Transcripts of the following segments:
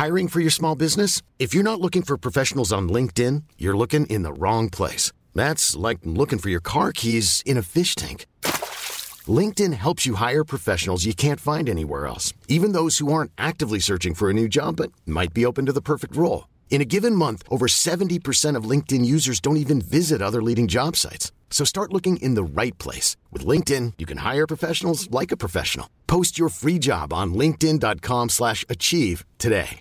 Hiring for your small business? If you're not looking for professionals on LinkedIn, you're looking in the wrong place. That's like looking for your car keys in a fish tank. LinkedIn helps you hire professionals you can't find anywhere else, even those who aren't actively searching for a new job but might be open to the perfect role. In a given month, over 70% of LinkedIn users don't even visit other leading job sites. So start looking in the right place. With LinkedIn, you can hire professionals like a professional. Post your free job on linkedin.com/achieve today.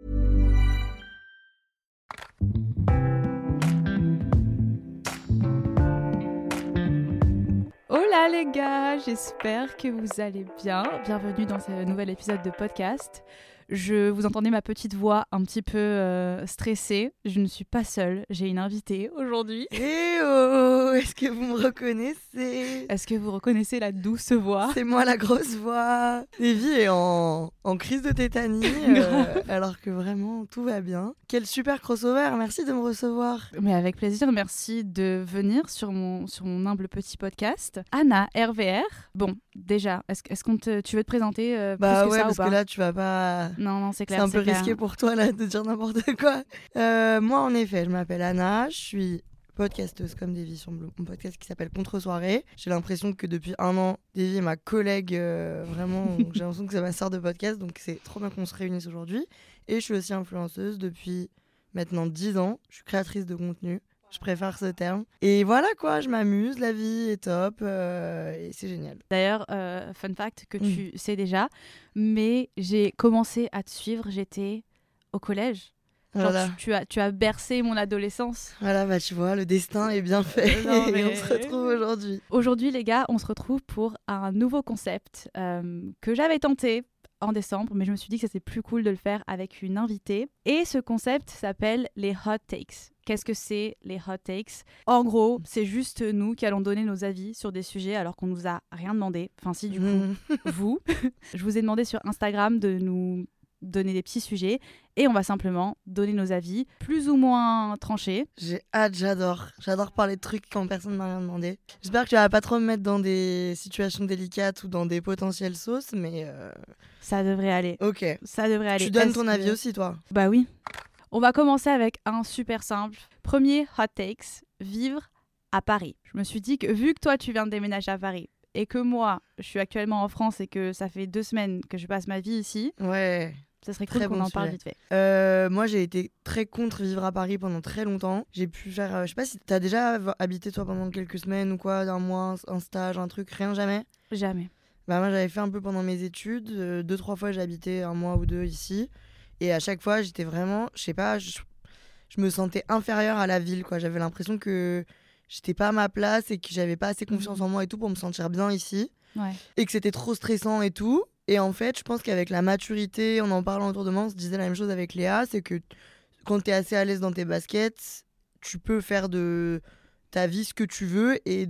Hola les gars, j'espère que vous allez bien. Bienvenue dans ce nouvel épisode de podcast. Vous entendez ma petite voix un petit peu stressée. Je ne suis pas seule, j'ai une invitée aujourd'hui. Eh oh, est-ce que vous me reconnaissez? Est-ce que vous reconnaissez la douce voix? C'est moi la grosse voix. Davy est en crise de tétanie, alors que vraiment tout va bien. Quel super crossover, merci de me recevoir. Mais avec plaisir, merci de venir sur mon humble petit podcast. Anna, RVR. Bon, déjà, tu veux te présenter plus que ouais, ça ou parce pas? que là tu vas pas... Non, c'est clair. C'est un peu clair. risqué pour toi là de dire n'importe quoi. Moi en effet, je m'appelle Anna, je suis podcasteuse comme Davy sur mon podcast qui s'appelle Contre-soirée. J'ai l'impression que depuis 1 an, Davy est ma collègue, vraiment, j'ai l'impression que c'est ma sœur de podcast, donc c'est trop bien qu'on se réunisse aujourd'hui. Et je suis aussi influenceuse depuis maintenant 10 ans, je suis créatrice de contenu. Je préfère ce terme. Et voilà quoi, je m'amuse, la vie est top et c'est génial. D'ailleurs, fun fact que tu sais déjà, mais j'ai commencé à te suivre, j'étais au collège. Genre, Voilà. tu as bercé mon adolescence. Voilà, bah tu vois, le destin est bien fait et on se retrouve aujourd'hui. Aujourd'hui les gars, on se retrouve pour un nouveau concept que j'avais tenté en décembre, mais je me suis dit que c'était plus cool de le faire avec une invitée. Et ce concept s'appelle les hot takes. Qu'est-ce que c'est les hot takes? En gros, c'est juste nous qui allons donner nos avis sur des sujets alors qu'on nous a rien demandé. Enfin si, du coup, vous. Je vous ai demandé sur Instagram de nous donner des petits sujets et on va simplement donner nos avis plus ou moins tranchés. J'ai hâte, j'adore parler de trucs quand personne ne m'a rien demandé. J'espère que tu vas pas trop me mettre dans des situations délicates ou dans des potentielles sauces, mais ça devrait aller. Ok. Ça devrait aller. Tu donnes ton avis aussi, toi? Bah oui. On va commencer avec un super simple. Premier hot takes, vivre à Paris. Je me suis dit que vu que toi tu viens de déménager à Paris et que moi je suis actuellement en France et que ça fait 2 semaines que je passe ma vie ici, ouais, ça serait cool qu'on en parle vite fait. Moi j'ai été très contre vivre à Paris pendant très longtemps. J'ai pu faire, je sais pas si t'as déjà habité toi pendant quelques semaines ou quoi, un mois, un stage, un truc, rien, jamais? Jamais. Bah moi j'avais fait un peu pendant mes études, 2-3 fois j'ai habité 1 mois ou 2 ici. Et à chaque fois, j'étais vraiment, je sais pas, je me sentais inférieure à la ville, quoi. J'avais l'impression que j'étais pas à ma place et que j'avais pas assez confiance en moi et tout pour me sentir bien ici. Ouais. Et que c'était trop stressant et tout. Et en fait, je pense qu'avec la maturité, en parlant autour de moi, on se disait la même chose avec Léa, c'est que quand t'es assez à l'aise dans tes baskets, tu peux faire de ta vie ce que tu veux et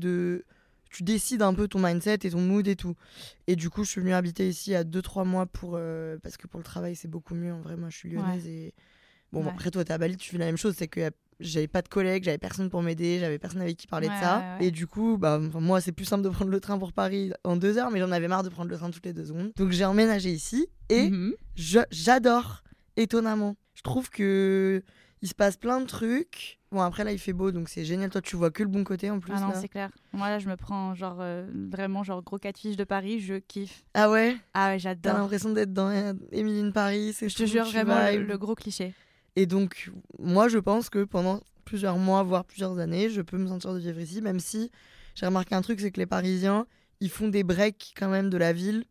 tu décides un peu ton mindset et ton mood et tout. Et du coup, je suis venue habiter ici à 2-3 mois parce que pour le travail, c'est beaucoup mieux. En vrai, moi, je suis lyonnaise et... Bon, Ouais. après, toi, t'es à Bali, tu fais la même chose. C'est que j'avais pas de collègues, j'avais personne pour m'aider, j'avais personne avec qui parler de ça. Ouais. Et du coup, moi, c'est plus simple de prendre le train pour Paris en 2 heures, mais j'en avais marre de prendre le train toutes les 2 secondes. Donc, j'ai emménagé ici et j'adore, étonnamment. Je trouve que il se passe plein de trucs. Bon, après, là, il fait beau, donc c'est génial. Toi, tu vois que le bon côté en plus. Ah non, là. c'est clair. Moi, là, je me prends vraiment gros 4 fiches de Paris, je kiffe. Ah ouais? Ah ouais, T'as j'adore. l'impression d'être dans Emily in Paris, c'est Je te jure, vraiment, le gros cliché. Et donc, moi, je pense que pendant plusieurs mois, voire plusieurs années, je peux me sentir de vivre ici, même si j'ai remarqué un truc, c'est que les Parisiens, ils font des breaks quand même de la ville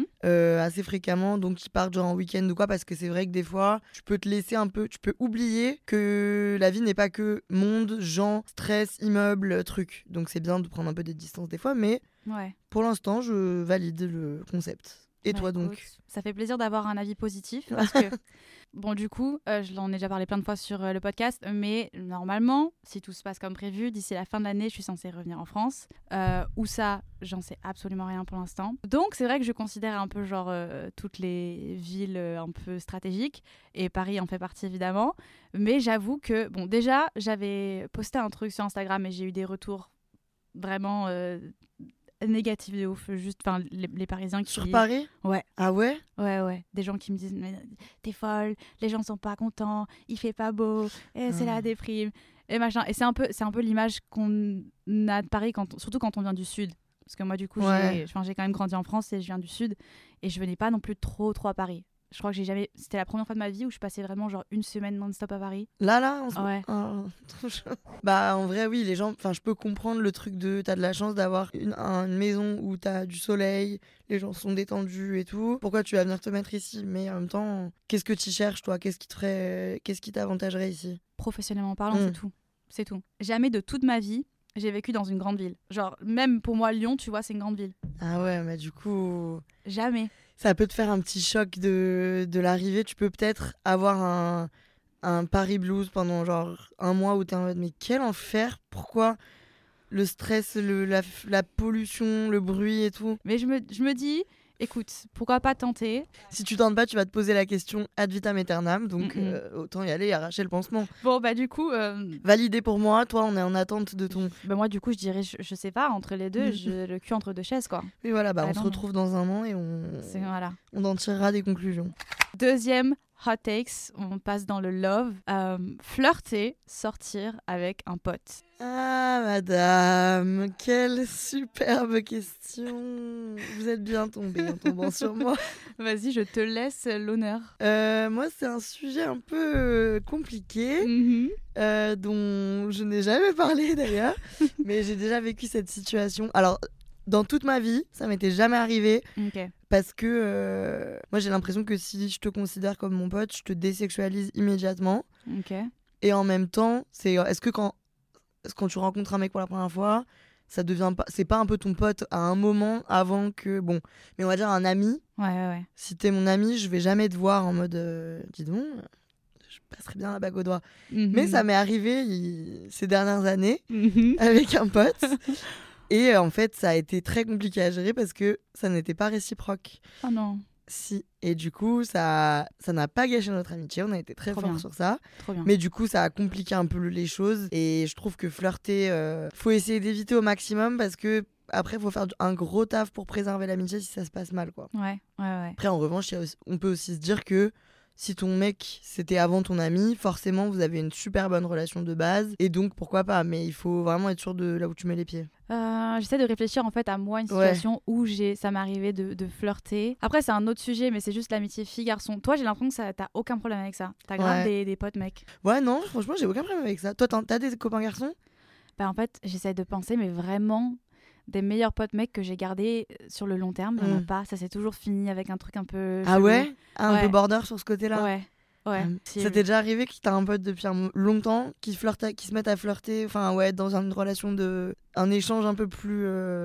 assez fréquemment, donc ils partent genre en week-end ou quoi, parce que c'est vrai que des fois, tu peux te laisser un peu, tu peux oublier que la vie n'est pas que monde, gens, stress, immeubles, trucs. Donc c'est bien de prendre un peu des distances des fois, mais pour l'instant, je valide le concept. Et toi donc? Écoute, ça fait plaisir d'avoir un avis positif parce que, bon, du coup, je l'en ai déjà parlé plein de fois sur le podcast, mais normalement, si tout se passe comme prévu, d'ici la fin de l'année, je suis censée revenir en France. Où ça, j'en sais absolument rien pour l'instant. Donc, c'est vrai que je considère un peu toutes les villes un peu stratégiques, et Paris en fait partie évidemment. Mais j'avoue que, bon, déjà, j'avais posté un truc sur Instagram et j'ai eu des retours vraiment négatif de ouf. Juste, les Parisiens qui... Sur Paris ? Ouais. Ah ouais ? Ouais. Des gens qui me disent mais t'es folle, les gens sont pas contents, il fait pas beau, et c'est la déprime, et machin. Et c'est un peu l'image qu'on a de Paris, surtout quand on vient du Sud. Parce que moi, du coup, j'ai quand même grandi en France et je viens du Sud. Et je venais pas non plus trop à Paris. Je crois que c'était la première fois de ma vie où je passais vraiment genre une semaine non-stop à Paris. Là ouais. Bah en vrai oui, les gens, je peux comprendre le truc de t'as de la chance d'avoir une maison où t'as du soleil, les gens sont détendus et tout. Pourquoi tu vas venir te mettre ici ? Mais en même temps, qu'est-ce que tu cherches toi ? Qu'est-ce qui t'avantagerait ici ? Professionnellement parlant, c'est tout. Jamais de toute ma vie j'ai vécu dans une grande ville. Genre même pour moi Lyon, tu vois, c'est une grande ville. Ah ouais, mais du coup jamais. Ça peut te faire un petit choc de l'arrivée. Tu peux peut-être avoir un Paris blues pendant genre un mois où t'es en mode mais quel enfer, pourquoi le stress, la pollution, le bruit et tout. Mais je me dis, écoute, pourquoi pas tenter ? Si tu tentes pas, tu vas te poser la question ad vitam aeternam, donc autant y aller et arracher le pansement. Bon bah du coup... Validé pour moi, toi on est en attente de ton... Bah moi du coup je dirais, je sais pas, entre les deux, le cul entre deux chaises quoi. Oui voilà, on se retrouve dans un an et on en tirera des conclusions. Deuxième hot takes, on passe dans le love. Flirter, sortir avec un pote. Ah madame, quelle superbe question. Vous êtes bien tombée en tombant sur moi. Vas-y, je te laisse l'honneur. Moi c'est un sujet un peu compliqué, dont je n'ai jamais parlé d'ailleurs, mais j'ai déjà vécu cette situation. Alors dans toute ma vie, ça m'était jamais arrivé. Parce que moi j'ai l'impression que si je te considère comme mon pote, je te désexualise immédiatement. Et en même temps, est-ce que quand tu rencontres un mec pour la première fois, ça devient pas, c'est pas un peu ton pote à un moment avant que mais on va dire un ami. Ouais. Si t'es mon ami, je vais jamais te voir en mode dis donc, je passerai bien la bague au doigt. Mais ça m'est arrivé ces dernières années avec un pote. Et en fait, ça a été très compliqué à gérer parce que ça n'était pas réciproque. Oh non. Si. Et du coup, ça n'a pas gâché notre amitié. On a été très forts sur ça. Trop bien. Mais du coup, ça a compliqué un peu les choses. Et je trouve que flirter, faut essayer d'éviter au maximum parce que après, il faut faire un gros taf pour préserver l'amitié si ça se passe mal, quoi. Ouais. Après, en revanche, on peut aussi se dire que si ton mec, c'était avant ton ami, forcément, vous avez une super bonne relation de base. Et donc, pourquoi pas ? Mais il faut vraiment être sûr de là où tu mets les pieds. J'essaie de réfléchir en fait à moi, une situation où ça m'est arrivé de flirter. Après, c'est un autre sujet, mais c'est juste l'amitié fille-garçon. Toi, j'ai l'impression que t'as aucun problème avec ça. T'as grave des potes mecs. Ouais, non, franchement, j'ai aucun problème avec ça. Toi, t'as des copains garçons ? Bah, en fait, j'essaie de penser, mais vraiment... des meilleurs potes mecs que j'ai gardés sur le long terme, il n'y en a pas. Ça s'est toujours fini avec un truc un peu... Ah ouais ? Un peu border sur ce côté-là ? Ouais. Ça t'est déjà arrivé que t'as un pote depuis longtemps qui se mette à flirter, dans une relation un échange un peu plus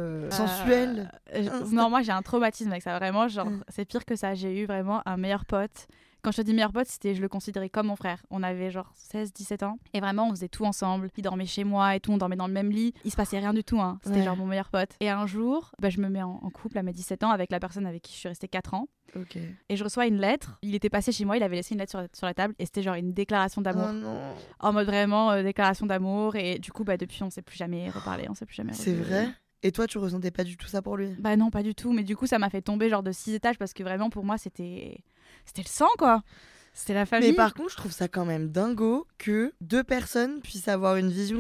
sensuel. Non, moi j'ai un traumatisme avec ça, vraiment, genre c'est pire que ça. J'ai eu vraiment un meilleur pote. Quand je te dis meilleur pote, je le considérais comme mon frère. On avait genre 16-17 ans. Et vraiment, on faisait tout ensemble. Il dormait chez moi et tout, on dormait dans le même lit. Il se passait rien du tout, hein. C'était genre mon meilleur pote. Et un jour, je me mets en couple à mes 17 ans avec la personne avec qui je suis restée 4 ans. Okay. Et je reçois une lettre. Il était passé chez moi, il avait laissé une lettre sur la table. Et c'était genre une déclaration d'amour. Oh non. En mode vraiment déclaration d'amour. Et du coup, depuis, on s'est plus jamais reparlé. C'est vrai ? Et toi, tu ressentais pas du tout ça pour lui ? Bah non, pas du tout. Mais du coup, ça m'a fait tomber genre de 6 étages parce que vraiment, pour moi, c'était le sang, quoi. C'était la famille. Mais par contre, je trouve ça quand même dingo que deux personnes puissent avoir une vision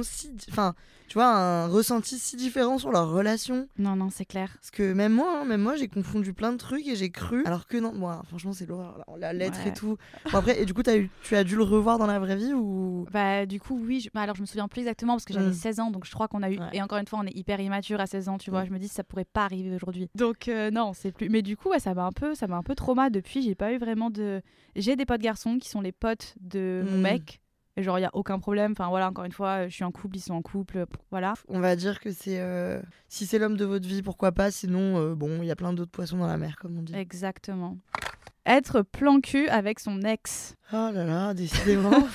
un ressenti si différent sur leur relation. Non, c'est clair. Parce que même moi, j'ai confondu plein de trucs et j'ai cru. Alors que non, moi, franchement, c'est l'horreur. La lettre et tout. Bon, après, et du coup, tu as dû le revoir dans la vraie vie ou... Bah, du coup, oui. Alors, je me souviens plus exactement parce que j'avais 16 ans. Donc, je crois qu'on a eu. Ouais. Et encore une fois, on est hyper immature à 16 ans, tu vois. Je me dis, ça pourrait pas arriver aujourd'hui. Donc, non, c'est plus. Mais du coup, ça m'a un peu trauma depuis. J'ai pas eu vraiment de. J'ai des potes garçons qui sont les potes de mon mec. Et genre, il n'y a aucun problème. Enfin, voilà, encore une fois, je suis en couple, ils sont en couple. Voilà. On va dire que c'est... si c'est l'homme de votre vie, pourquoi pas. Sinon, il y a plein d'autres poissons dans la mer, comme on dit. Exactement. Être plan cul avec son ex. Oh là là, décidément.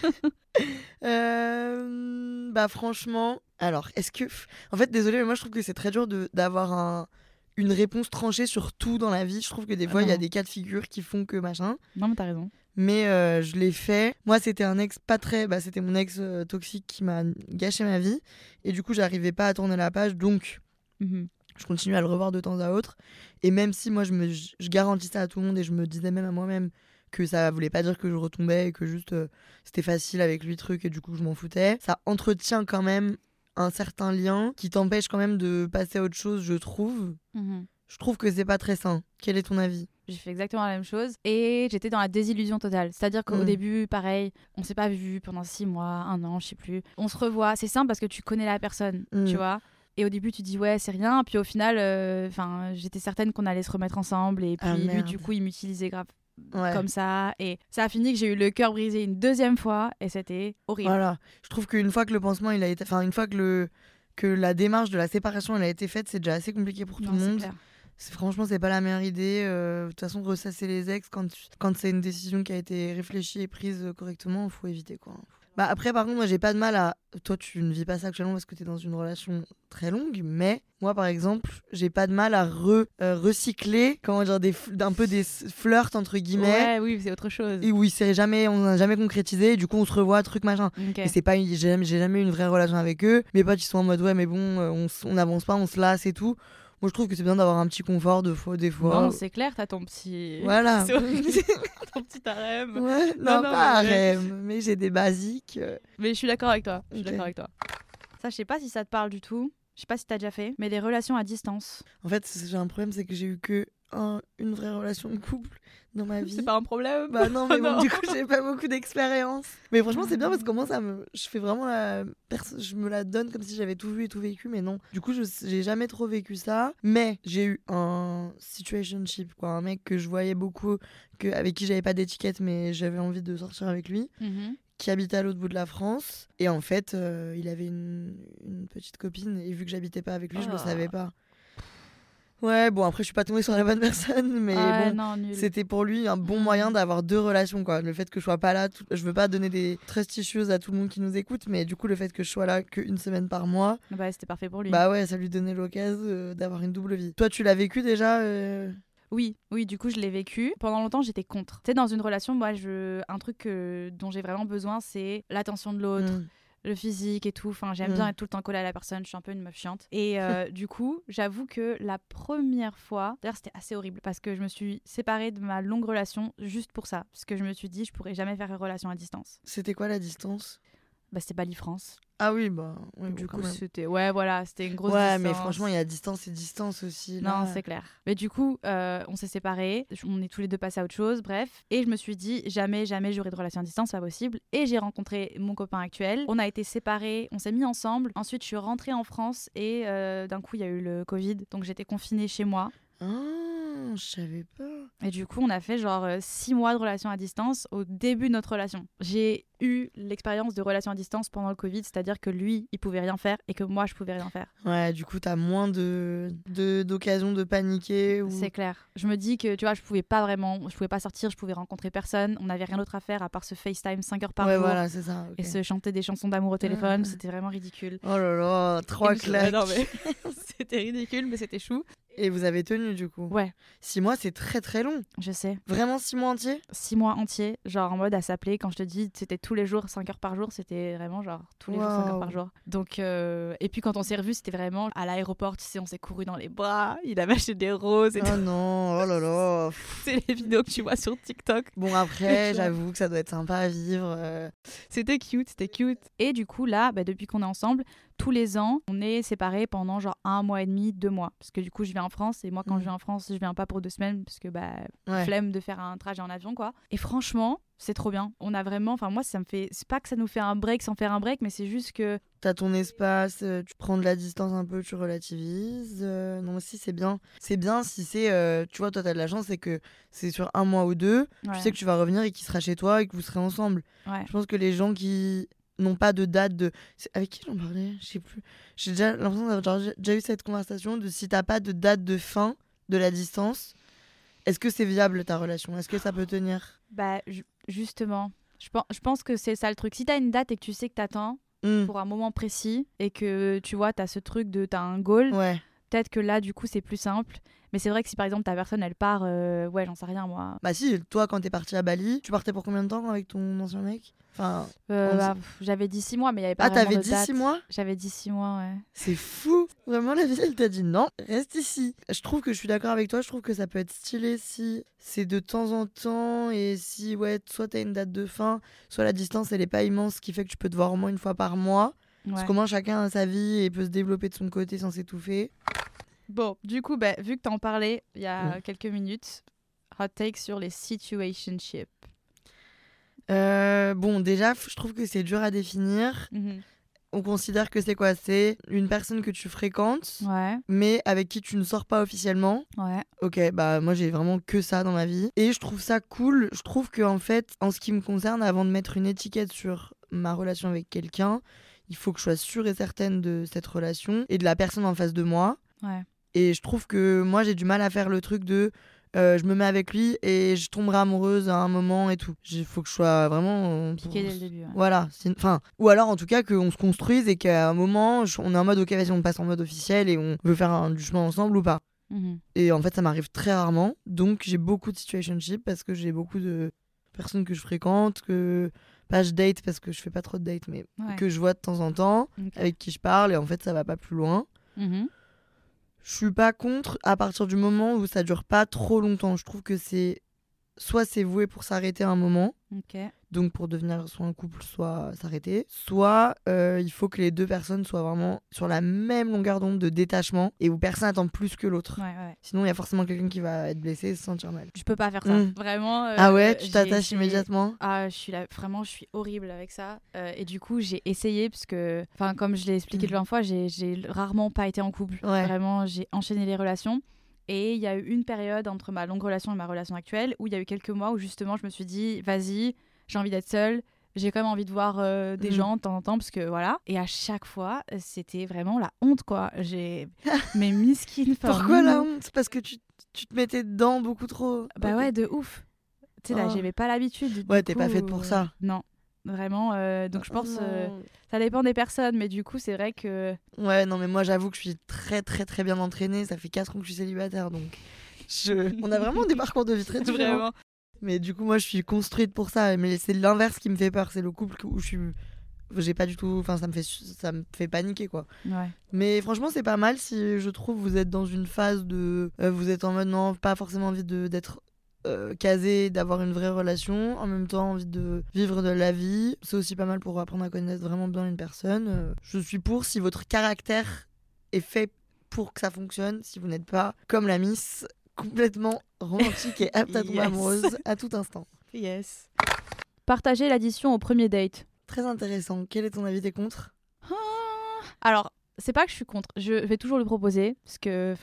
Franchement... Alors, est-ce que... En fait, désolé, mais moi, je trouve que c'est très dur d'avoir une réponse tranchée sur tout dans la vie. Je trouve que des fois, il y a des cas de figure qui font que machin. Non, mais t'as raison. Mais je l'ai fait. Moi, c'était un ex pas très... c'était mon ex toxique qui m'a gâché ma vie. Et du coup, j'arrivais pas à tourner la page. Donc, je je continue à le revoir de temps à autre. Et même si moi, je garantissais à tout le monde et je me disais même à moi-même que ça voulait pas dire que je retombais et que juste c'était facile avec lui, truc, et du coup, je m'en foutais. Ça entretient quand même un certain lien qui t'empêche quand même de passer à autre chose, je trouve. Je trouve que c'est pas très sain. Quel est ton avis ? J'ai fait exactement la même chose et j'étais dans la désillusion totale. C'est-à-dire qu'au début, pareil, on s'est pas vu pendant 6 mois, 1 an, je sais plus. On se revoit. C'est simple parce que tu connais la personne, tu vois. Et au début, tu dis ouais, c'est rien. Puis au final, j'étais certaine qu'on allait se remettre ensemble. Et puis lui, du coup, il m'utilisait grave comme ça. Et ça a fini que j'ai eu le cœur brisé une deuxième fois et c'était horrible. Voilà. Je trouve qu'une fois que le pansement, il a été... Enfin, une fois que la démarche de la séparation, elle a été faite, c'est déjà assez compliqué pour tout le monde. Clair. Franchement, c'est pas la meilleure idée. De toute façon, ressasser les ex, quand c'est une décision qui a été réfléchie et prise correctement, il faut éviter, quoi. Bah après, par contre, moi, j'ai pas de mal à... Toi, tu ne vis pas ça actuellement parce que t'es dans une relation très longue, mais moi, par exemple, j'ai pas de mal à recycler, comment dire, un peu des flirts, entre guillemets. Ouais, oui, c'est autre chose. Et oui, on n'a jamais concrétisé, du coup, on se revoit, truc, machin. Okay. Et c'est pas... J'ai jamais eu une vraie relation avec eux. Mes potes, ils sont en mode, ouais, mais bon, on avance pas, on se lasse et tout. Moi, je trouve que c'est bien d'avoir un petit confort des fois. Non, c'est clair, t'as ton petit... Voilà. ton petit harem. Ouais, non, pas harem, mais j'ai des basiques. Mais je suis d'accord avec toi. Okay. Ça, je sais pas si ça te parle du tout. Je sais pas si t'as déjà fait. Mais les relations à distance. En fait, j'ai un problème, c'est que j'ai eu que une vraie relation de couple dans ma vie. C'est pas un problème. Bah non, mais bon, du coup, j'ai pas beaucoup d'expérience. Mais franchement, c'est bien parce que comment je fais vraiment je me la donne comme si j'avais tout vu et tout vécu, mais non. Du coup, j'ai jamais trop vécu ça. Mais j'ai eu un situationship, quoi. Un mec que je voyais beaucoup, avec qui j'avais pas d'étiquette, mais j'avais envie de sortir avec lui. Qui habitait à l'autre bout de la France. Et en fait, il avait une petite copine. Et vu que j'habitais pas avec lui, je le savais pas. Ouais, bon, après, je suis pas tombée sur la bonne personne, mais c'était pour lui un bon moyen d'avoir 2 relations, quoi. Le fait que je sois pas là, je veux pas donner des trust issues à tout le monde qui nous écoute, mais du coup, le fait que je sois là qu'une semaine par mois. Bah, c'était parfait pour lui. Bah ouais, ça lui donnait l'occasion d'avoir une double vie. Toi, tu l'as vécu déjà Oui, du coup, je l'ai vécu. Pendant longtemps, j'étais contre. Tu sais, dans une relation, moi, un truc dont j'ai vraiment besoin, c'est l'attention de l'autre. Le physique et tout, enfin j'aime bien être tout le temps collée à la personne, je suis un peu une meuf chiante et du coup j'avoue que la première fois, d'ailleurs c'était assez horrible parce que je me suis séparée de ma longue relation juste pour ça, parce que je me suis dit je pourrais jamais faire une relation à distance. C'était quoi la distance ? Bah c'était Bali France. Ah oui, bah ouais, du coup c'était c'était une grosse distance. Ouais, distance. mais franchement il y a distance et distance aussi là. Non, c'est clair. Mais du coup on s'est séparés, on est tous les deux passés à autre chose, bref, et je me suis dit jamais j'aurai de relation à distance, c'est pas possible, et j'ai rencontré mon copain actuel, on a été séparés, on s'est mis ensemble, ensuite je suis rentrée en France et d'un coup il y a eu le Covid, donc j'étais confinée chez moi. Je savais pas. Et du coup, on a fait genre 6 mois de relation à distance au début de notre relation. J'ai eu l'expérience de relation à distance pendant le Covid, c'est-à-dire que lui, il pouvait rien faire et que moi, je pouvais rien faire. Ouais, du coup, t'as moins d'occasion de paniquer. C'est clair. Je me dis que, tu vois, je pouvais pas sortir, je pouvais rencontrer personne. On n'avait rien d'autre à faire à part se FaceTime 5 heures par jour. Voilà, c'est ça. Okay. Et se chanter des chansons d'amour au téléphone. C'était vraiment ridicule. Oh là là, 3 claques. Non, mais c'était ridicule, mais c'était chou. Et vous avez tenu du coup ? Ouais. 6 mois, c'est très très long. Je sais. Vraiment 6 mois entiers ? 6 mois entiers, genre en mode à s'appeler. Quand je te dis c'était tous les jours 5 heures par jour, c'était vraiment genre tous les jours 5 heures par jour. Donc, et puis quand on s'est revus, c'était vraiment à l'aéroport, tu sais, on s'est couru dans les bras, il avait acheté des roses et tout. Non, oh là là. C'est les vidéos que tu vois sur TikTok. Bon après, j'avoue que ça doit être sympa à vivre. C'était cute. Et du coup là, depuis qu'on est ensemble, tous les ans, on est séparés pendant genre 1 mois et demi, 2 mois. Parce que du coup, je viens en France et moi, quand je viens en France, je viens pas pour 2 semaines parce que flemme de faire un trajet en avion, quoi. Et franchement, c'est trop bien. On a vraiment, enfin moi, ça me fait, c'est pas que ça nous fait un break sans faire un break, mais c'est juste que t'as ton espace, tu prends de la distance un peu, tu relativises. Non, si c'est bien. C'est bien si c'est, tu vois, toi t'as de la chance, c'est que c'est sur 1 mois ou 2, tu sais que tu vas revenir et qu'il sera chez toi et que vous serez ensemble. Ouais. Je pense que les gens qui n'ont pas de date de... Avec qui j'en parlais ? Je sais plus. J'ai déjà l'impression d'avoir déjà eu cette conversation de si t'as pas de date de fin de la distance, est-ce que c'est viable ta relation ? Est-ce que ça peut tenir ? Justement, je pense que c'est ça le truc. Si t'as une date et que tu sais que t'attends pour un moment précis et que tu vois, t'as ce truc de... T'as un goal... Ouais. peut-être que là, du coup, c'est plus simple. Mais c'est vrai que si par exemple ta personne elle part, ouais, j'en sais rien moi. Bah si, toi quand t'es partie à Bali, tu partais pour combien de temps avec ton ancien mec? Enfin, j'avais dit 6 mois, mais il n'y avait pas vraiment t'avais de dit date. 6 mois? J'avais dit 6 mois, ouais. C'est fou. Vraiment, la vie, elle t'a dit non, reste ici. Je trouve que je suis d'accord avec toi, je trouve que ça peut être stylé si c'est de temps en temps et si, ouais, soit t'as une date de fin, soit la distance, elle est pas immense, ce qui fait que tu peux te voir au moins une fois par mois. Ouais. Parce qu'au moins, chacun a sa vie et peut se développer de son côté sans s'étouffer. Bon, du coup, vu que t'en parlais il y a quelques minutes, hot take sur les situationships. Bon, déjà, je trouve que c'est dur à définir. On considère que c'est quoi? C'est une personne que tu fréquentes, mais avec qui tu ne sors pas officiellement. Ouais. Ok, bah moi j'ai vraiment que ça dans ma vie. Et je trouve ça cool. Je trouve que en fait, en ce qui me concerne, avant de mettre une étiquette sur ma relation avec quelqu'un, il faut que je sois sûre et certaine de cette relation et de la personne en face de moi. Ouais. Et je trouve que moi j'ai du mal à faire le truc de je me mets avec lui et je tomberai amoureuse à un moment et tout. Il faut que je sois vraiment piquée dès le début. Ouais. Voilà. Ou alors en tout cas qu'on se construise et qu'à un moment on est en mode ok, vas-y, on passe en mode officiel et on veut faire du chemin ensemble ou pas. Et en fait ça m'arrive très rarement. Donc j'ai beaucoup de situationships parce que j'ai beaucoup de personnes que je fréquente, pas je date parce que je fais pas trop de dates, mais que je vois de temps en temps, avec qui je parle et en fait ça va pas plus loin. Je suis pas contre à partir du moment où ça dure pas trop longtemps. Je trouve que soit c'est voué pour s'arrêter à un moment, donc pour devenir soit un couple, soit s'arrêter, soit il faut que les deux personnes soient vraiment sur la même longueur d'onde de détachement et où personne attend plus que l'autre. Ouais. Sinon il y a forcément quelqu'un qui va être blessé et se sentir mal. Je peux pas faire ça, vraiment. Ah ouais, tu t'attaches immédiatement? Ah, vraiment, je suis horrible avec ça. Et du coup, j'ai essayé parce que, comme je l'ai expliqué plein de fois, j'ai rarement pas été en couple. Ouais. Vraiment, j'ai enchaîné les relations. Et il y a eu une période entre ma longue relation et ma relation actuelle où il y a eu quelques mois où justement je me suis dit vas-y, j'ai envie d'être seule, j'ai quand même envie de voir des gens de temps en temps parce que voilà. Et à chaque fois c'était vraiment la honte quoi. Mes miskines. Pourquoi la honte? Parce que tu te mettais dedans beaucoup trop. Bah ouais, de ouf. Tu sais là, j'avais pas l'habitude. Ouais, t'es pas faite pour ça. Non. Vraiment, donc je pense ça dépend des personnes, mais du coup c'est vrai que... Ouais, non mais moi j'avoue que je suis très très très bien entraînée, ça fait 4 ans que je suis célibataire, donc on a vraiment des parcours de vie très différents. Vraiment. Mais du coup moi je suis construite pour ça, mais c'est l'inverse qui me fait peur, c'est le couple où j'ai pas du tout, enfin ça me fait paniquer quoi. Ouais. Mais franchement c'est pas mal si je trouve vous êtes dans une phase de vous êtes en mode non, pas forcément envie d'être casé, d'avoir une vraie relation, en même temps envie de vivre de la vie. C'est aussi pas mal pour apprendre à connaître vraiment bien une personne. Je suis pour si votre caractère est fait pour que ça fonctionne, si vous n'êtes pas comme la Miss, complètement romantique et apte à tomber amoureuse à tout instant. Yes. Partager l'addition au premier date. Très intéressant. Quel est ton avis des contre? Alors, c'est pas que je suis contre, je vais toujours le proposer parce que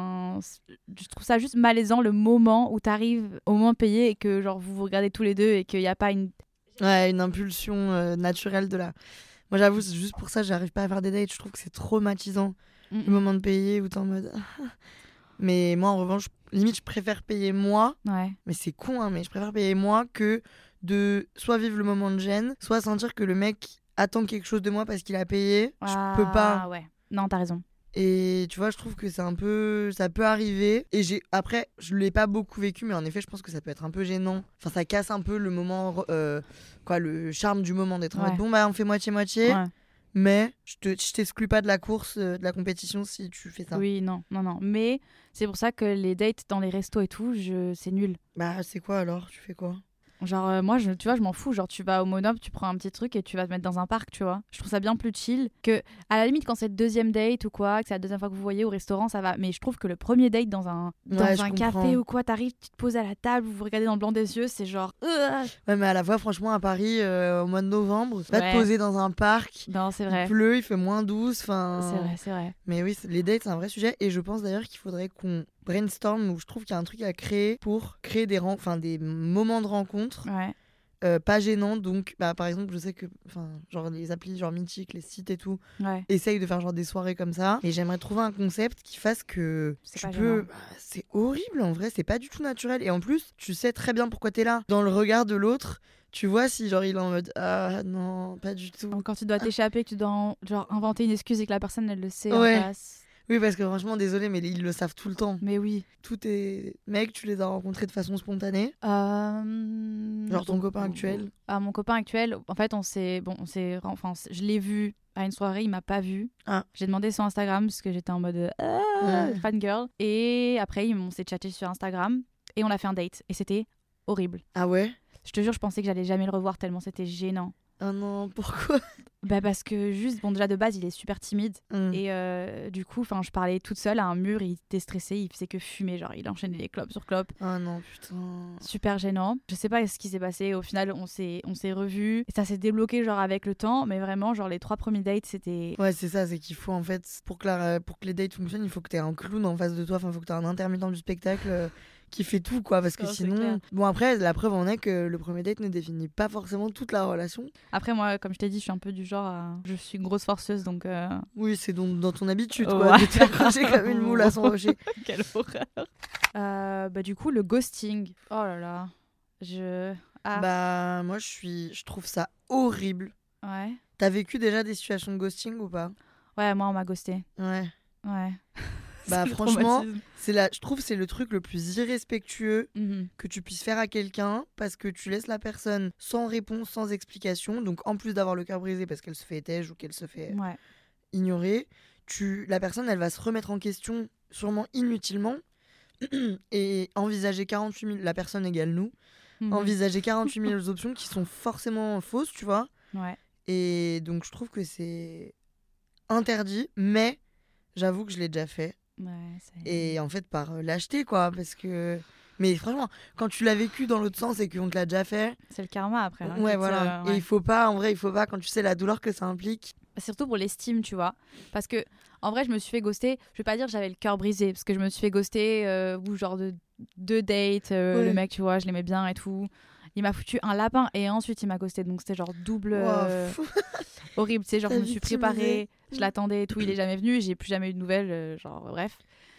je trouve ça juste malaisant le moment où t'arrives au moment payé et que genre vous regardez tous les deux et qu'il n'y a pas une impulsion naturelle de la... Moi j'avoue, c'est juste pour ça que j'arrive pas à faire des dates, je trouve que c'est traumatisant le moment de payer où t'es en mode... Mais moi en revanche, limite je préfère payer moi, mais c'est con hein, mais je préfère payer moi que de soit vivre le moment de gêne, soit sentir que le mec attend quelque chose de moi parce qu'il a payé. Je peux pas. Ouais. Non, t'as raison. Et tu vois, je trouve que ça peut arriver. Et après, je l'ai pas beaucoup vécu, mais en effet, je pense que ça peut être un peu gênant. Enfin, ça casse un peu le moment, le charme du moment d'être en mode bon bah on fait moitié-moitié. Ouais. Mais je t'exclus pas de la course, de la compétition si tu fais ça. Oui, non. Mais c'est pour ça que les dates dans les restos et tout, c'est nul. Bah c'est quoi alors? Tu fais quoi? Genre moi tu vois je m'en fous, genre tu vas au Monop, tu prends un petit truc et tu vas te mettre dans un parc, tu vois. Je trouve ça bien plus chill que à la limite quand c'est le deuxième date ou quoi, que c'est la deuxième fois que vous voyez au restaurant, ça va, mais je trouve que le premier date dans un café ou quoi, t'arrives, tu te poses à la table, vous vous regardez dans le blanc des yeux, c'est genre Ouais, mais à la fois franchement à Paris au mois de novembre, pas te poser dans un parc. Non, c'est vrai. Il pleut, il fait -12, enfin c'est vrai. Mais oui, les dates c'est un vrai sujet et je pense d'ailleurs qu'il faudrait qu'on brainstorm où je trouve qu'il y a un truc à créer pour créer des moments de rencontre pas gênants. Donc par exemple je sais que genre les applis genre Mythique, les sites et tout essayent de faire genre des soirées comme ça et j'aimerais trouver un concept qui fasse que c'est horrible en vrai, c'est pas du tout naturel et en plus tu sais très bien pourquoi t'es là dans le regard de l'autre. Tu vois si genre il est en mode ah non pas du tout. Quand tu dois t'échapper, que tu dois genre inventer une excuse et que la personne elle le sait en face. Oui, parce que franchement, désolé, mais ils le savent tout le temps. Mais oui. Tous tes mecs, tu les as rencontrés de façon spontanée. Genre ton copain actuel. Mon copain actuel, en fait, je l'ai vu à une soirée, il m'a pas vu. J'ai demandé son Instagram parce que j'étais en mode fangirl. Et après, on s'est chatté sur Instagram et on a fait un date. Et c'était horrible. Ah ouais? Je te jure, je pensais que j'allais jamais le revoir tellement c'était gênant. Ah non, pourquoi? Parce que déjà de base, il est super timide. Et du coup, je parlais toute seule à un mur, il était stressé, il faisait que fumer, genre il enchaînait les clopes sur clopes. Ah non, putain. Super gênant. Je sais pas ce qui s'est passé, au final, on s'est revus. Et ça s'est débloqué genre avec le temps, mais vraiment, genre les 3 premiers dates, c'était... Ouais, c'est ça, c'est qu'il faut en fait, pour que les dates fonctionnent, il faut que t'aies un clown en face de toi, il faut que t'aies un intermittent du spectacle... qui fait tout quoi, parce que sinon bon, après la preuve en est que le premier date ne définit pas forcément toute la relation. Après moi, comme je t'ai dit, je suis un peu du genre je suis une grosse forceuse, donc oui, c'est donc dans ton habitude quoi, de t'accrocher comme une moule à son rocher. Quelle horreur. Du coup le ghosting, oh là là, moi je trouve ça horrible. Ouais. T'as vécu déjà des situations de ghosting ou pas? Ouais, moi on m'a ghosté. Ouais. Franchement, je trouve que c'est le truc le plus irrespectueux que tu puisses faire à quelqu'un, parce que tu laisses la personne sans réponse, sans explication. Donc en plus d'avoir le cœur brisé parce qu'elle se fait étège ou qu'elle se fait ignorer, la personne elle va se remettre en question sûrement inutilement et envisager 48 000, la personne égale nous, envisager 48 000 options qui sont forcément fausses, tu vois. Ouais. Et donc je trouve que c'est interdit, mais j'avoue que je l'ai déjà fait. Et en fait par lâcheté quoi, parce que mais franchement quand tu l'as vécu dans l'autre sens et qu'on te l'a déjà fait, c'est le karma après hein, ouais voilà. Et il faut pas quand tu sais la douleur que ça implique, surtout pour l'estime, tu vois, parce que en vrai je me suis fait ghoster, je vais pas dire que j'avais le cœur brisé parce que je me suis fait ghoster ou genre de 2 dates, le mec tu vois je l'aimais bien et tout, il m'a foutu un lapin et ensuite il m'a ghosté, donc c'était genre double horrible, tu sais, genre je me suis préparée, je l'attendais et tout, il est jamais venu, j'ai plus jamais eu de nouvelles, genre bref.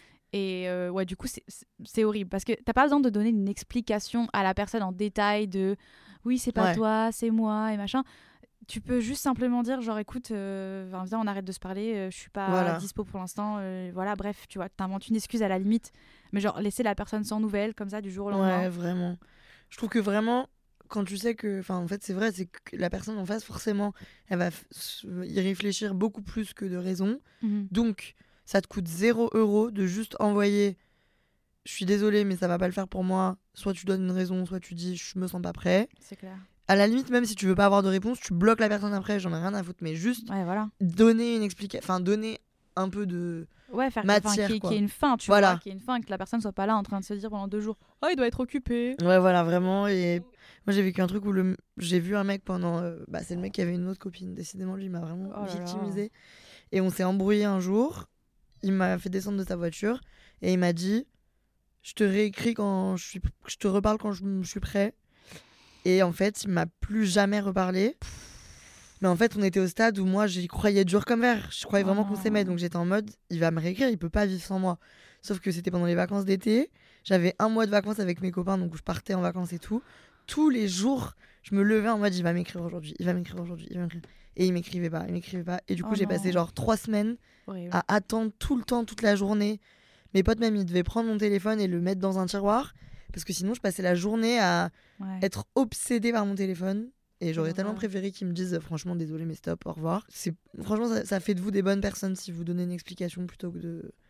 Et du coup c'est horrible parce que t'as pas besoin de donner une explication à la personne en détail de oui c'est pas toi c'est moi et machin. Tu peux juste simplement dire genre écoute viens on arrête de se parler, je suis pas dispo pour l'instant, voilà bref tu vois, t'inventes une excuse à la limite, mais genre laisser la personne sans nouvelles comme ça du jour au lendemain. Ouais vraiment, je trouve que vraiment quand tu sais que en fait c'est vrai, c'est que la personne en face forcément elle va y réfléchir beaucoup plus que de raison. Donc ça te coûte 0 € de juste envoyer je suis désolée mais ça va pas le faire pour moi, soit tu donnes une raison, soit tu dis je me sens pas prêt. C'est clair. À la limite, même si tu veux pas avoir de réponse, tu bloques la personne après, j'en ai rien à foutre, mais juste donner une explication, donner un peu de matière, qu'il y ait une fin, tu vois, qu'il y ait une fin, que la personne soit pas là en train de se dire pendant 2 jours oh il doit être occupé. Ouais voilà vraiment. Et moi j'ai vécu un truc où j'ai vu un mec pendant c'est le mec qui avait une autre copine, décidément lui il m'a vraiment victimisé. Et on s'est embrouillé un jour, il m'a fait descendre de sa voiture et il m'a dit je te réécris quand je te reparle quand je suis prêt. Et en fait il m'a plus jamais reparlé. Mais en fait on était au stade où moi j'y croyais dur comme verre, je croyais vraiment qu'on s'aimait, donc j'étais en mode il va me réécrire, il peut pas vivre sans moi. Sauf que c'était pendant les vacances d'été, j'avais 1 mois de vacances avec mes copains, donc je partais en vacances et tout. Tous les jours je me levais en mode il va m'écrire aujourd'hui, il va m'écrire aujourd'hui, il va m'écrire. Et il m'écrivait pas. Et du coup j'ai passé genre 3 semaines à attendre tout le temps, toute la journée. Mes potes même ils devaient prendre mon téléphone et le mettre dans un tiroir, parce que sinon je passais la journée à être obsédée par mon téléphone. Et j'aurais tellement préféré qu'ils me disent franchement désolé mais stop, au revoir. Franchement ça fait de vous des bonnes personnes si vous donnez une explication plutôt que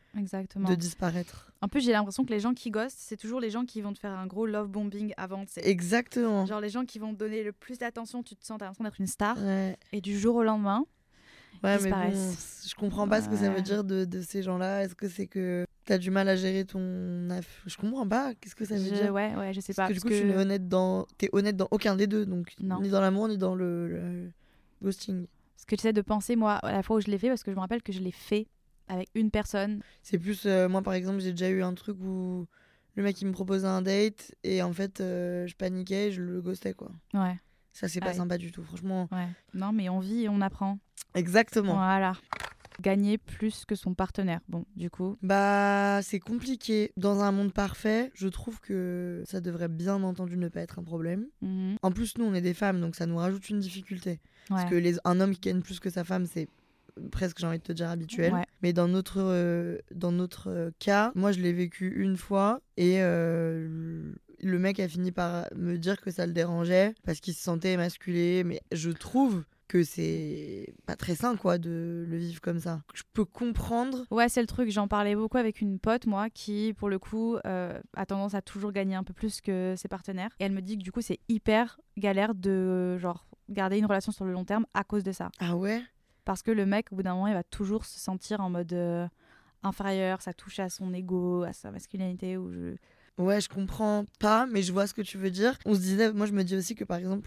de disparaître. En plus j'ai l'impression que les gens qui ghostent, c'est toujours les gens qui vont te faire un gros love bombing avant. Exactement. Genre les gens qui vont te donner le plus d'attention, tu te sens t'as l'impression d'être une star, et du jour au lendemain disparaissent. Mais bon, je comprends pas ce que ça veut dire de ces gens-là. Est-ce que c'est que t'as du mal à gérer ton je comprends pas, qu'est-ce que ça veut dire. Je sais pas, parce que du coup t'es honnête dans aucun des deux, donc ni dans l'amour ni dans le ghosting. Ce que j'essaie de penser moi à la fois où je l'ai fait, parce que je me rappelle que je l'ai fait avec une personne. C'est plus moi par exemple j'ai déjà eu un truc où le mec il me proposait un date et en fait je paniquais, je le ghostais quoi. Ça c'est pas sympa du tout franchement. Non mais on vit et on apprend. Exactement. Voilà. Gagner plus que son partenaire. Bon, du coup... c'est compliqué. Dans un monde parfait, je trouve que ça devrait bien entendu ne pas être un problème. En plus, nous, on est des femmes, donc ça nous rajoute une difficulté. Parce que un homme qui gagne plus que sa femme, c'est presque j'ai envie de te dire habituel. Mais dans notre cas, moi je l'ai vécu une fois et le mec a fini par me dire que ça le dérangeait parce qu'il se sentait émasculé. Mais je trouve que c'est pas très sain quoi de le vivre comme ça. Je peux comprendre. Ouais, c'est le truc, j'en parlais beaucoup avec une pote moi qui pour le coup a tendance à toujours gagner un peu plus que ses partenaires et elle me dit que du coup c'est hyper galère de genre garder une relation sur le long terme à cause de ça. Ah ouais? Parce que le mec au bout d'un moment il va toujours se sentir en mode inférieur, ça touche à son ego, à sa masculinité ou Ouais, je comprends pas, mais je vois ce que tu veux dire. On se disait, moi je me dis aussi que par exemple,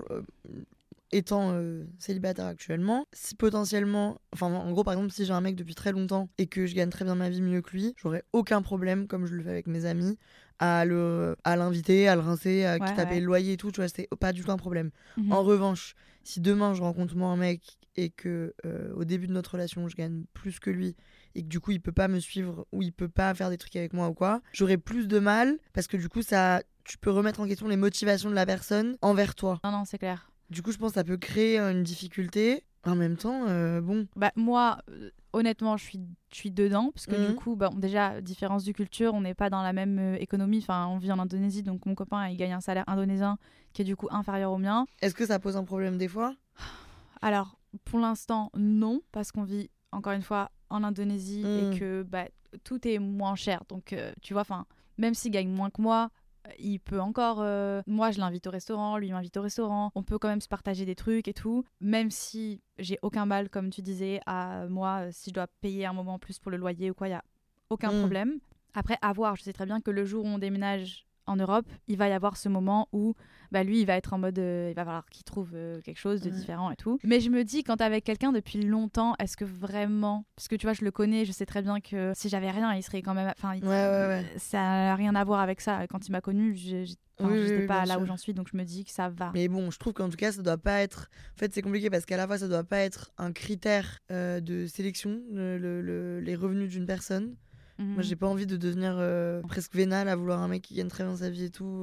étant célibataire actuellement, si potentiellement, enfin en gros par exemple si j'ai un mec depuis très longtemps et que je gagne très bien ma vie mieux que lui, j'aurais aucun problème, comme je le fais avec mes amis, à l'inviter, à le rincer, à quitte à payer le loyer et tout, tu vois, c'est pas du tout un problème. En revanche, si demain je rencontre moi un mec et que au début de notre relation je gagne plus que lui et que du coup il peut pas me suivre ou il peut pas faire des trucs avec moi ou quoi, j'aurais plus de mal parce que du coup ça, tu peux remettre en question les motivations de la personne envers toi. Non, c'est clair. Du coup, je pense que ça peut créer une difficulté. En même temps, bon. Bah, moi, honnêtement, je suis dedans. Parce que du coup, bah, déjà, différence de culture, on n'est pas dans la même économie. Enfin, on vit en Indonésie, donc mon copain, il gagne un salaire indonésien qui est du coup inférieur au mien. Est-ce que ça pose un problème des fois ? Alors, pour l'instant, non. Parce qu'on vit, encore une fois, en Indonésie et que bah, tout est moins cher. Donc, tu vois, même s'il gagne moins que moi, il peut encore... moi, je l'invite au restaurant, lui m'invite au restaurant. On peut quand même se partager des trucs et tout. Même si j'ai aucun mal, comme tu disais, à moi, si je dois payer un moment plus pour le loyer ou quoi, il n'y a aucun problème. Après, à voir. Je sais très bien que le jour où on déménage en Europe, il va y avoir ce moment où bah, lui, il va être en mode... il va falloir qu'il trouve quelque chose de différent et tout. Mais je me dis, quand t'es avec quelqu'un depuis longtemps, est-ce que vraiment... Parce que tu vois, je le connais, je sais très bien que si j'avais rien, il serait quand même... Enfin, ça n'a rien à voir avec ça. Quand il m'a connue, j'étais pas là où j'en suis, donc je me dis que ça va. Mais bon, je trouve qu'en tout cas, ça doit pas être... En fait, c'est compliqué parce qu'à la fois, ça doit pas être un critère de sélection, les revenus d'une personne. Moi, j'ai pas envie de devenir presque vénale à vouloir un mec qui gagne très bien sa vie et tout.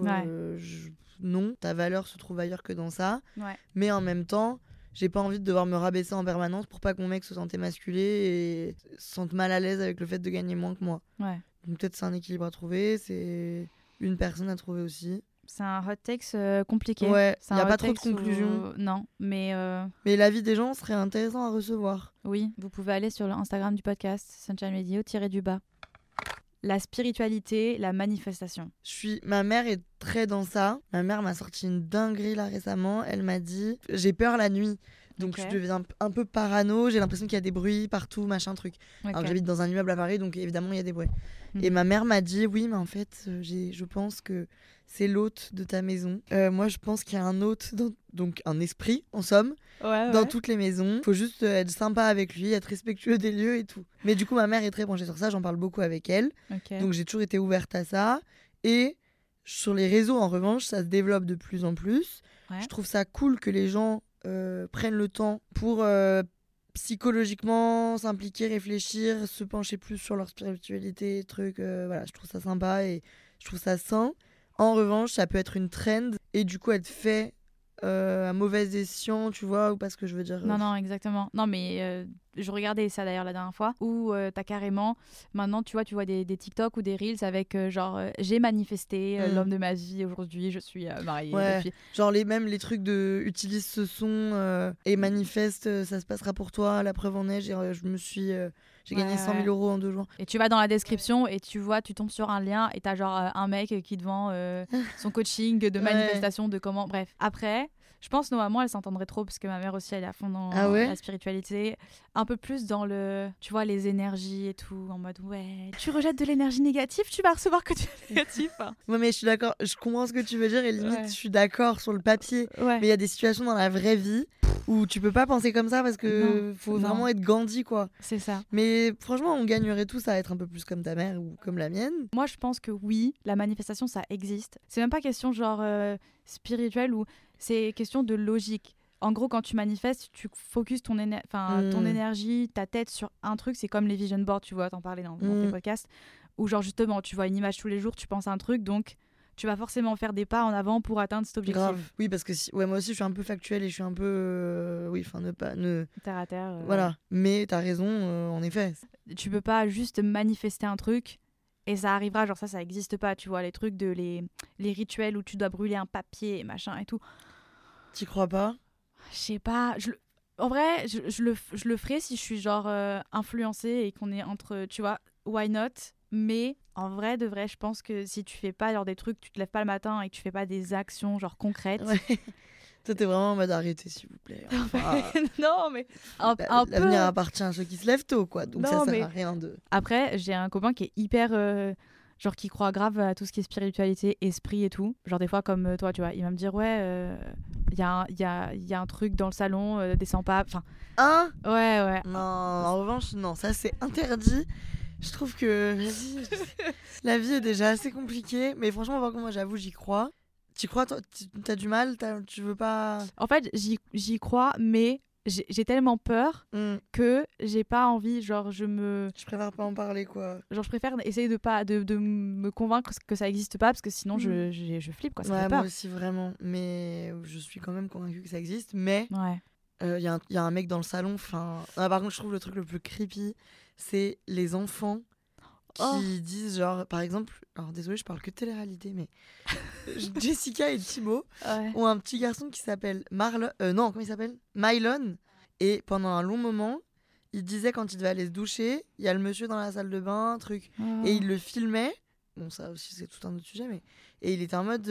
Non, ta valeur se trouve ailleurs que dans ça. Mais en même temps, j'ai pas envie de devoir me rabaisser en permanence pour pas que mon mec se sente émasculé et se sente mal à l'aise avec le fait de gagner moins que moi. Donc peut-être c'est un équilibre à trouver, c'est une personne à trouver aussi. C'est un hot takes compliqué. Ouais, il n'y a pas trop de conclusions. Non, mais... Mais l'avis des gens serait intéressant à recevoir. Oui, vous pouvez aller sur l'Instagram du podcast, Sunshine Radio-du-bas. La spiritualité, la manifestation. Ma mère est très dans ça. Ma mère m'a sorti une dinguerie là récemment. Elle m'a dit, j'ai peur la nuit. Donc je deviens un peu parano. J'ai l'impression qu'il y a des bruits partout, machin truc. Alors que j'habite dans un immeuble à Paris, donc évidemment il y a des bruits. Et ma mère m'a dit, oui, mais en fait, je pense que c'est l'hôte de ta maison. Moi, je pense qu'il y a un hôte, donc un esprit, en somme, dans toutes les maisons. Faut juste être sympa avec lui, être respectueux des lieux et tout. Mais du coup, ma mère est très penchée sur ça, j'en parle beaucoup avec elle. Donc j'ai toujours été ouverte à ça. Et sur les réseaux, en revanche, ça se développe de plus en plus. Je trouve ça cool que les gens prennent le temps pour... psychologiquement s'impliquer, réfléchir, se pencher plus sur leur spiritualité, trucs, voilà, je trouve ça sympa et je trouve ça sain. En revanche, ça peut être une trend et du coup être fait à mauvais escient, tu vois, ou pas ce que je veux dire. Non, exactement. Non, mais je regardais ça d'ailleurs la dernière fois, où t'as carrément, maintenant tu vois des TikTok ou des Reels avec genre j'ai manifesté l'homme de ma vie aujourd'hui, je suis mariée depuis. Genre les trucs de utilise ce son et manifeste, ça se passera pour toi, la preuve en est, j'ai gagné 100 000 euros en 2 jours. Et tu vas dans la description et tu tombes sur un lien et t'as genre un mec qui te vend son coaching de manifestation, de comment, bref. Après, je pense que nos mamans, elles s'entendraient trop parce que ma mère aussi, elle est à fond dans la spiritualité. Un peu plus dans tu vois, les énergies et tout, en mode tu rejettes de l'énergie négative, tu vas recevoir que du négatif. Ouais, mais je suis d'accord, je comprends ce que tu veux dire et limite, je suis d'accord sur le papier. Mais il y a des situations dans la vraie vie où tu peux pas penser comme ça parce que faut vraiment être Gandhi, quoi. C'est ça. Mais franchement, on gagnerait tous à être un peu plus comme ta mère ou comme la mienne. Moi, je pense que oui, la manifestation, ça existe. C'est même pas question genre spirituelle ou c'est question de logique. En gros, quand tu manifestes, tu focuses ton énergie, ta tête sur un truc. C'est comme les vision boards, tu vois, t'en parlais dans tes podcasts. Où genre justement, tu vois une image tous les jours, tu penses à un truc, donc tu vas forcément faire des pas en avant pour atteindre cet objectif. Grave. Oui, parce que moi aussi, je suis un peu factuelle et je suis un peu... Terre à terre. Voilà. Mais t'as raison, en effet. Tu peux pas juste manifester un truc et ça arrivera, genre ça existe pas, tu vois, les trucs de les rituels où tu dois brûler un papier et machin et tout. T'y crois pas? Je sais pas, en vrai, je le ferai si je suis genre influencée et qu'on est entre, tu vois, why not? Mais en vrai, de vrai, je pense que si tu fais pas genre des trucs, tu te lèves pas le matin et que tu fais pas des actions genre concrètes. Ouais. Toi, t'es vraiment en mode arrêtez, s'il vous plaît. Enfin, non, mais un peu. L'avenir appartient à ceux qui se lèvent tôt, quoi. Donc Non, ça sert mais à rien de... Après, j'ai un copain qui est hyper... genre qui croit grave à tout ce qui est spiritualité, esprit et tout. Genre des fois comme toi, tu vois, il va me dire ouais, il y a un truc dans le salon, descends pas. Enfin, Hein? ouais. Non, en revanche, non, ça c'est interdit. Je trouve que la vie est déjà assez compliquée. Mais franchement, par contre, moi j'avoue, j'y crois. T'y crois, toi? T'as du mal? Tu veux pas... En fait, j'y crois, mais j'ai tellement peur que j'ai pas envie, genre Je préfère pas en parler, quoi. Genre je préfère essayer de me convaincre que ça existe pas, parce que sinon je flippe, quoi, ça fait peur. Moi aussi, vraiment. Mais je suis quand même convaincue que ça existe. Mais ouais. y a un mec dans le salon. Par contre, je trouve le truc le plus creepy, c'est les enfants qui disent, genre, par exemple, alors désolé, je parle que de télé-réalité, mais Jessica et Thibaut ont un petit garçon qui s'appelle comment il s'appelle? Mylon. Et pendant un long moment, il disait quand il devait aller se doucher, il y a le monsieur dans la salle de bain, truc. Et il le filmait. Bon, ça aussi, c'est tout un autre sujet, mais. Et il était en mode.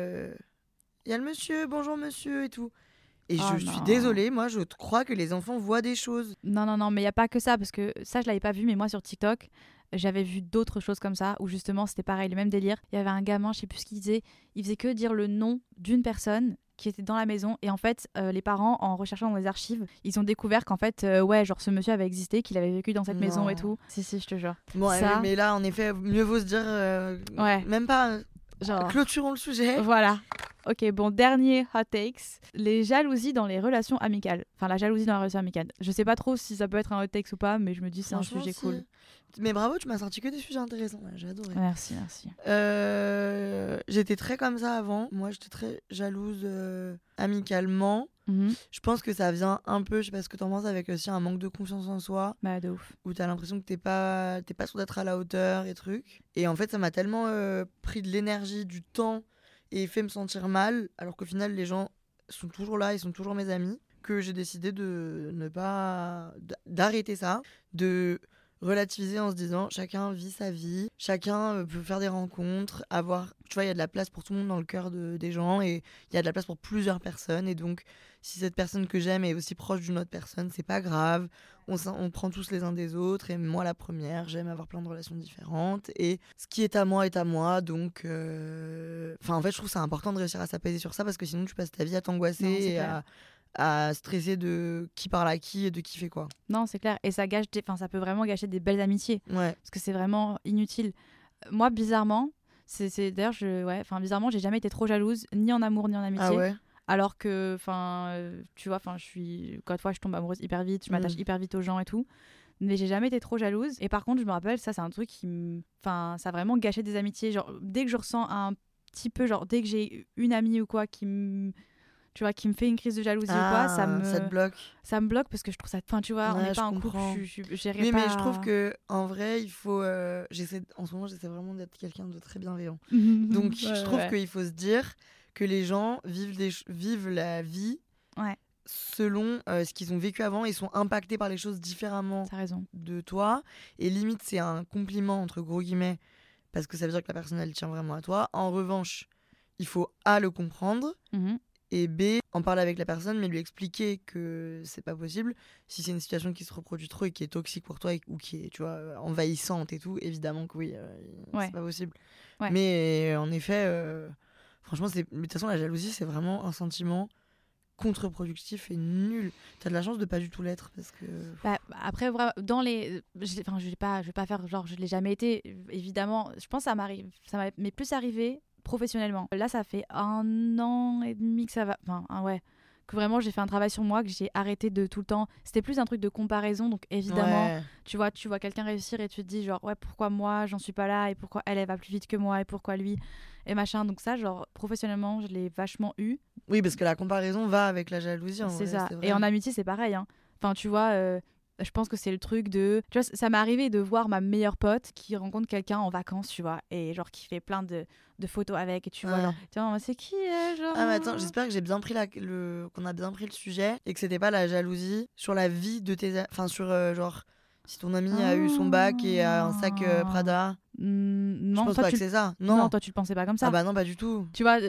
Il y a le monsieur, bonjour monsieur, et tout. Et je suis désolée, moi je crois que les enfants voient des choses. Non, mais il n'y a pas que ça, parce que ça je l'avais pas vu, mais moi sur TikTok, j'avais vu d'autres choses comme ça, où justement c'était pareil, le même délire. Il y avait un gamin, je sais plus ce qu'il disait, il faisait que dire le nom d'une personne qui était dans la maison, et en fait les parents, en recherchant dans les archives, ils ont découvert qu'en fait genre ce monsieur avait existé, qu'il avait vécu dans cette maison et tout. Si, je te jure. Bon, ça... mais là en effet mieux vaut se dire même pas genre clôturons le sujet. Voilà. Ok, bon, dernier hot takes. Les jalousies dans les relations amicales. Enfin, la jalousie dans la relation amicale. Je sais pas trop si ça peut être un hot takes ou pas, mais je me dis c'est un sujet cool. Mais bravo, tu m'as sorti que des sujets intéressants. J'ai adoré. Merci. J'étais très comme ça avant. Moi, j'étais très jalouse amicalement. Je pense que ça vient un peu, je sais pas ce que t'en penses, avec aussi un manque de confiance en soi. Bah, de ouf. Où t'as l'impression que t'es pas sûr d'être à la hauteur et trucs. Et en fait, ça m'a tellement pris de l'énergie, du temps et fait me sentir mal, alors qu'au final, les gens sont toujours là, ils sont toujours mes amis, que j'ai décidé d'arrêter ça, de relativiser en se disant chacun vit sa vie, chacun peut faire des rencontres, tu vois, il y a de la place pour tout le monde dans le cœur des gens, et il y a de la place pour plusieurs personnes, et donc si cette personne que j'aime est aussi proche d'une autre personne, c'est pas grave, on prend tous les uns des autres, et moi la première, j'aime avoir plein de relations différentes, et ce qui est à moi, donc en fait je trouve ça important de réussir à s'apaiser sur ça, parce que sinon tu passes ta vie à t'angoisser et à stresser de qui parle à qui et de qui fait quoi. Non, c'est clair. Et ça peut vraiment gâcher des belles amitiés. Ouais. Parce que c'est vraiment inutile. Moi, bizarrement, d'ailleurs, bizarrement, j'ai jamais été trop jalouse, ni en amour, ni en amitié. Ah ouais. Alors que, tu vois, quand je tombe amoureuse hyper vite, je m'attache hyper vite aux gens et tout. Mais j'ai jamais été trop jalouse. Et par contre, je me rappelle, ça, c'est un truc ça a vraiment gâché des amitiés. Genre, dès que je ressens un petit peu, genre, dès que j'ai une amie ou quoi qui me fait une crise de jalousie ou quoi, ça te bloque. Ça me bloque parce que je trouve ça... Enfin, tu vois, on n'est pas en couple, mais je trouve que en vrai, il faut... en ce moment, j'essaie vraiment d'être quelqu'un de très bienveillant. Donc, je trouve qu'il faut se dire que les gens vivent la vie selon ce qu'ils ont vécu avant et sont impactés par les choses différemment de toi. Et limite, c'est un compliment, entre gros guillemets, parce que ça veut dire que la personne, elle tient vraiment à toi. En revanche, il faut le comprendre, et B, en parler avec la personne, mais lui expliquer que c'est pas possible. Si c'est une situation qui se reproduit trop et qui est toxique pour toi ou qui est, tu vois, envahissante et tout, évidemment que oui, c'est pas possible. Ouais. Mais en effet, franchement, de toute façon, la jalousie, c'est vraiment un sentiment contre-productif et nul. T'as de la chance de pas du tout l'être parce que... après, dans les... je vais pas faire genre je l'ai jamais été, évidemment. Je pense que ça m'est plus arrivé professionnellement. Là, ça fait 1 an et demi que ça va... que vraiment j'ai fait un travail sur moi, que j'ai arrêté de tout le temps. C'était plus un truc de comparaison, donc évidemment, tu vois quelqu'un réussir et tu te dis genre ouais, pourquoi moi j'en suis pas là et pourquoi elle va plus vite que moi et pourquoi lui et machin. Donc ça, genre professionnellement, je l'ai vachement eu. Oui, parce que la comparaison va avec la jalousie. C'est ça. Et en amitié, c'est pareil. Hein. Enfin, tu vois. Je pense que c'est le truc de... Tu vois, ça m'est arrivé de voir ma meilleure pote qui rencontre quelqu'un en vacances, tu vois, et genre qui fait plein de photos avec, et tu vois, genre, tiens, c'est qui, genre... Ah, mais attends, j'espère que j'ai bien pris qu'on a bien pris le sujet, et que c'était pas la jalousie sur la vie de tes... Enfin, sur, genre, si ton ami a eu son bac et a un sac Prada... non, je pense pas que c'est ça. Non, toi, tu le pensais pas comme ça. Ah bah non, pas du tout. Tu vois,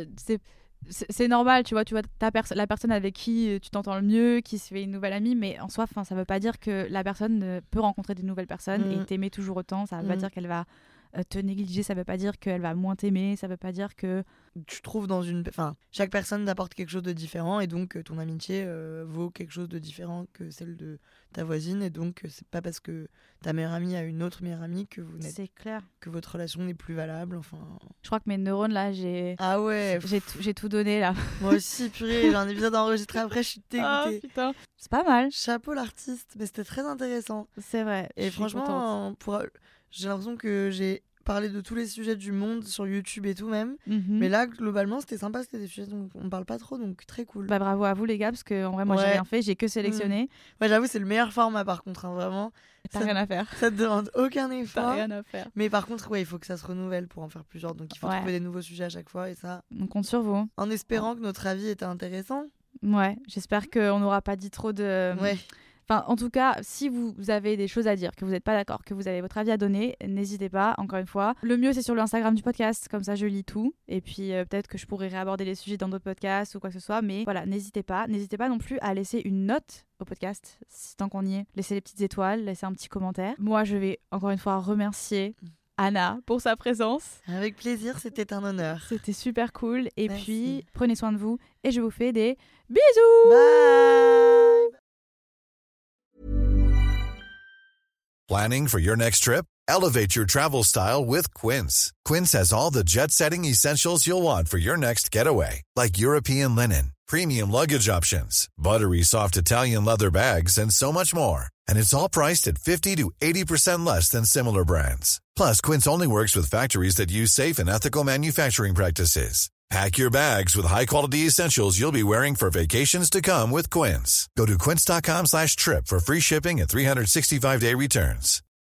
c'est normal, tu vois la personne avec qui tu t'entends le mieux, qui se fait une nouvelle amie, mais en soi, ça veut pas dire que la personne peut rencontrer des nouvelles personnes et t'aimer toujours autant. Ça veut pas dire qu'elle va te négliger, ça veut pas dire qu'elle va moins t'aimer, ça veut pas dire que... Tu trouves dans une... Enfin, chaque personne t'apporte quelque chose de différent et donc ton amitié vaut quelque chose de différent que celle de ta voisine et donc c'est pas parce que ta meilleure amie a une autre meilleure amie que vous n'êtes... C'est clair. Que votre relation n'est plus valable, enfin... Je crois que mes neurones, là, Ah ouais. J'ai tout donné, là. Moi aussi, purée, j'ai un épisode enregistré après, je suis dégoûtée. Oh putain. C'est pas mal. Chapeau l'artiste, mais c'était très intéressant. C'est vrai. Et franchement, j'ai l'impression que j'ai parlé de tous les sujets du monde sur YouTube et tout même. Mais là, globalement, c'était sympa, c'était des sujets dont on parle pas trop, donc très cool. Bah bravo à vous les gars, parce que en vrai, moi j'ai rien fait, j'ai que sélectionné. Ouais, j'avoue, c'est le meilleur format par contre, hein, vraiment. T'as rien à faire. Ça te demande aucun effort. T'as rien à faire. Mais par contre, ouais, il faut que ça se renouvelle pour en faire plusieurs, donc il faut trouver des nouveaux sujets à chaque fois et ça. On compte sur vous. En espérant que notre avis était intéressant. Ouais, j'espère qu'on n'aura pas dit trop de... Ouais. Enfin, en tout cas, si vous avez des choses à dire, que vous n'êtes pas d'accord, que vous avez votre avis à donner, n'hésitez pas, encore une fois. Le mieux, c'est sur l'Instagram du podcast, comme ça je lis tout. Et puis peut-être que je pourrai réaborder les sujets dans d'autres podcasts ou quoi que ce soit. Mais voilà, n'hésitez pas. N'hésitez pas non plus à laisser une note au podcast, tant qu'on y est. Laissez les petites étoiles, laissez un petit commentaire. Moi, je vais encore une fois remercier Anna pour sa présence. Avec plaisir, c'était un honneur. C'était super cool. Et Merci. puis, prenez soin de vous. Et je vous fais des bisous. Bye. Planning for your next trip? Elevate your travel style with Quince. Quince has all the jet-setting essentials you'll want for your next getaway, like European linen, premium luggage options, buttery soft Italian leather bags, and so much more. And it's all priced at 50 to 80% less than similar brands. Plus, Quince only works with factories that use safe and ethical manufacturing practices. Pack your bags with high-quality essentials you'll be wearing for vacations to come with Quince. Go to quince.com/trip for free shipping and 365-day returns.